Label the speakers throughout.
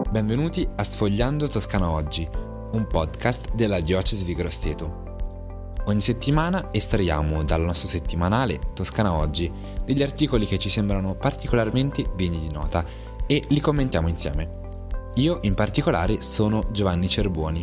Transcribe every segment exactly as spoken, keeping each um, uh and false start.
Speaker 1: Benvenuti a Sfogliando Toscana Oggi, un podcast della Diocesi di Grosseto. Ogni settimana estraiamo dal nostro settimanale Toscana Oggi degli articoli che ci sembrano particolarmente degni di nota e li commentiamo insieme. Io in particolare sono Giovanni Cerbuoni.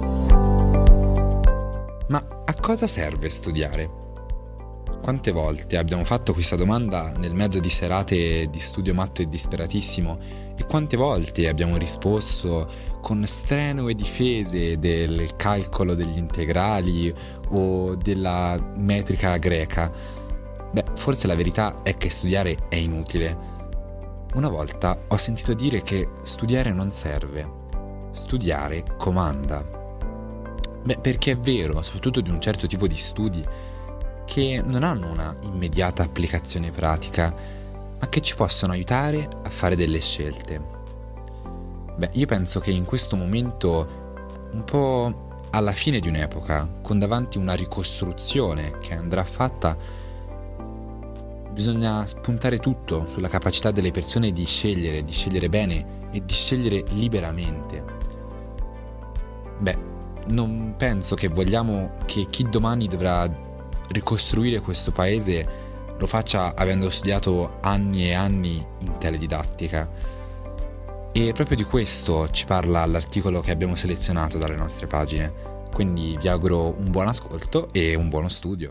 Speaker 1: Ma a cosa serve studiare? Quante volte abbiamo fatto questa domanda nel mezzo di serate di studio matto e disperatissimo e quante volte abbiamo risposto con strenue difese del calcolo degli integrali o della metrica greca? Beh, forse la verità è che studiare è inutile. Una volta ho sentito dire che studiare non serve, studiare comanda. Beh, perché è vero, soprattutto di un certo tipo di studi, che non hanno una immediata applicazione pratica, ma che ci possono aiutare a fare delle scelte. Beh, io penso che in questo momento, un po' alla fine di un'epoca, con davanti una ricostruzione che andrà fatta, bisogna puntare tutto sulla capacità delle persone di scegliere, di scegliere bene e di scegliere liberamente. Beh, non penso che vogliamo che chi domani dovrà ricostruire questo paese lo faccia avendo studiato anni e anni in teledidattica. E proprio di questo ci parla l'articolo che abbiamo selezionato dalle nostre pagine. Quindi vi auguro un buon ascolto e un buono studio.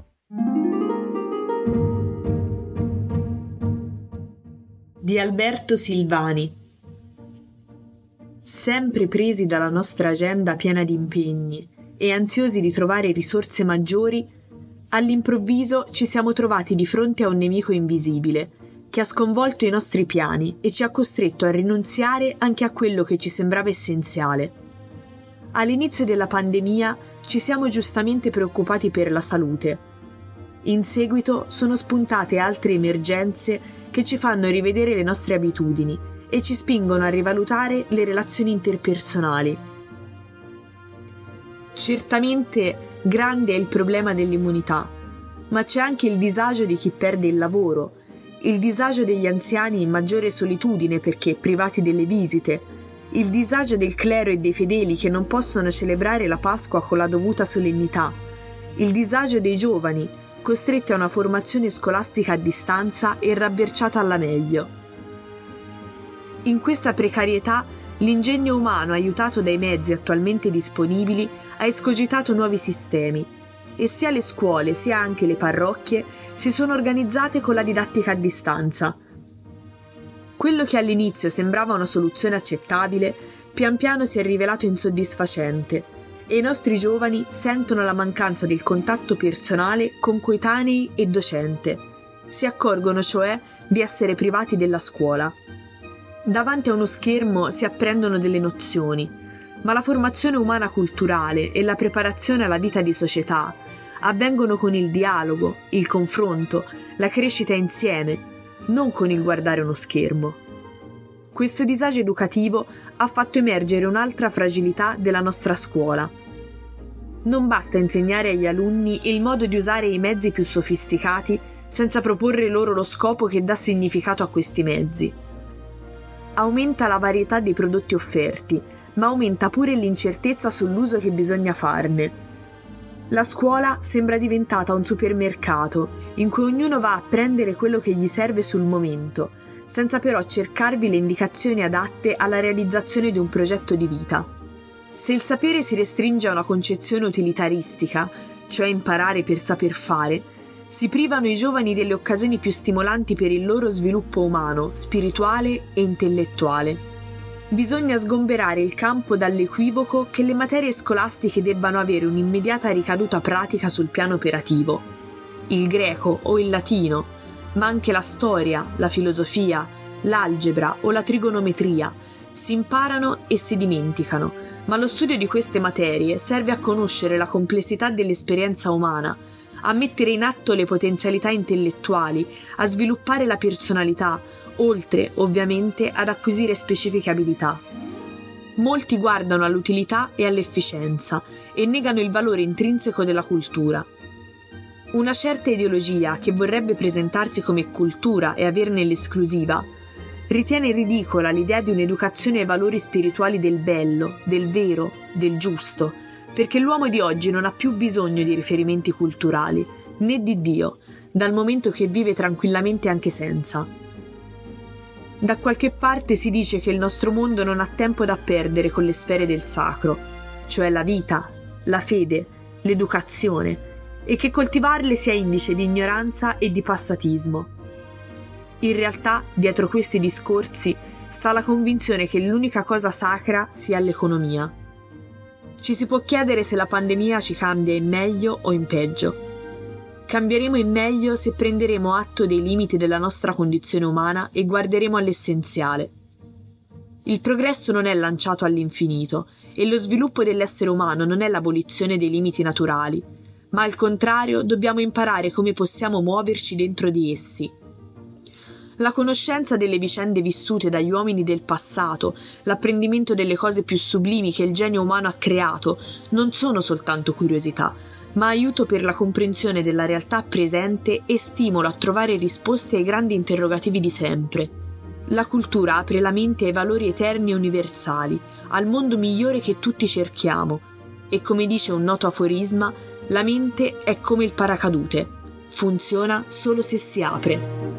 Speaker 2: Di Alberto Silvani. Sempre presi dalla nostra agenda piena di impegni e ansiosi di trovare risorse maggiori, all'improvviso ci siamo trovati di fronte a un nemico invisibile che ha sconvolto i nostri piani e ci ha costretto a rinunziare anche a quello che ci sembrava essenziale. All'inizio della pandemia ci siamo giustamente preoccupati per la salute. In seguito sono spuntate altre emergenze che ci fanno rivedere le nostre abitudini e ci spingono a rivalutare le relazioni interpersonali. Certamente grande è il problema dell'immunità, ma c'è anche il disagio di chi perde il lavoro, il disagio degli anziani in maggiore solitudine perché privati delle visite, il disagio del clero e dei fedeli che non possono celebrare la Pasqua con la dovuta solennità, il disagio dei giovani, costretti a una formazione scolastica a distanza e rabberciata alla meglio. In questa precarietà, l'ingegno umano, aiutato dai mezzi attualmente disponibili, ha escogitato nuovi sistemi e sia le scuole sia anche le parrocchie si sono organizzate con la didattica a distanza. Quello che all'inizio sembrava una soluzione accettabile, pian piano si è rivelato insoddisfacente e i nostri giovani sentono la mancanza del contatto personale con coetanei e docente. Si accorgono cioè di essere privati della scuola. Davanti a uno schermo si apprendono delle nozioni, ma la formazione umana culturale e la preparazione alla vita di società avvengono con il dialogo, il confronto, la crescita insieme, non con il guardare uno schermo. Questo disagio educativo ha fatto emergere un'altra fragilità della nostra scuola. Non basta insegnare agli alunni il modo di usare i mezzi più sofisticati senza proporre loro lo scopo che dà significato a questi mezzi. Aumenta la varietà dei prodotti offerti, ma aumenta pure l'incertezza sull'uso che bisogna farne. La scuola sembra diventata un supermercato in cui ognuno va a prendere quello che gli serve sul momento, senza però cercarvi le indicazioni adatte alla realizzazione di un progetto di vita. Se il sapere si restringe a una concezione utilitaristica, cioè imparare per saper fare, si privano i giovani delle occasioni più stimolanti per il loro sviluppo umano, spirituale e intellettuale. Bisogna sgomberare il campo dall'equivoco che le materie scolastiche debbano avere un'immediata ricaduta pratica sul piano operativo. Il greco o il latino, ma anche la storia, la filosofia, l'algebra o la trigonometria si imparano e si dimenticano, ma lo studio di queste materie serve a conoscere la complessità dell'esperienza umana, a mettere in atto le potenzialità intellettuali, a sviluppare la personalità, oltre, ovviamente, ad acquisire specifiche abilità. Molti guardano all'utilità e all'efficienza e negano il valore intrinseco della cultura. Una certa ideologia che vorrebbe presentarsi come cultura e averne l'esclusiva Ritiene ridicola l'idea di un'educazione ai valori spirituali del bello, del vero, del giusto, perché l'uomo di oggi non ha più bisogno di riferimenti culturali, né di Dio, dal momento che vive tranquillamente anche senza. Da qualche parte si dice che il nostro mondo non ha tempo da perdere con le sfere del sacro, cioè la vita, la fede, l'educazione, e che coltivarle sia indice di ignoranza e di passatismo. In realtà, dietro questi discorsi, sta la convinzione che l'unica cosa sacra sia l'economia. Ci si può chiedere se la pandemia ci cambia in meglio o in peggio. Cambieremo in meglio se prenderemo atto dei limiti della nostra condizione umana e guarderemo all'essenziale. Il progresso non è lanciato all'infinito e lo sviluppo dell'essere umano non è l'abolizione dei limiti naturali, ma al contrario dobbiamo imparare come possiamo muoverci dentro di essi. La conoscenza delle vicende vissute dagli uomini del passato, l'apprendimento delle cose più sublimi che il genio umano ha creato, non sono soltanto curiosità, ma aiuto per la comprensione della realtà presente e stimolo a trovare risposte ai grandi interrogativi di sempre. La cultura apre la mente ai valori eterni e universali, al mondo migliore che tutti cerchiamo, e come dice un noto aforisma, la mente è come il paracadute, funziona solo se si apre.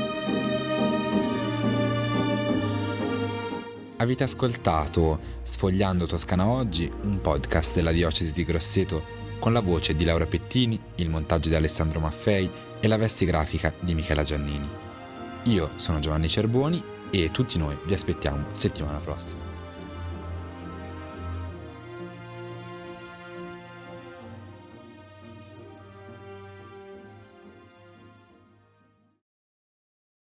Speaker 1: Avete ascoltato Sfogliando Toscana Oggi, un podcast della diocesi di Grosseto con la voce di Laura Pettini, il montaggio di Alessandro Maffei e la veste grafica di Michela Giannini. Io sono Giovanni Cerboni e tutti noi vi aspettiamo settimana prossima.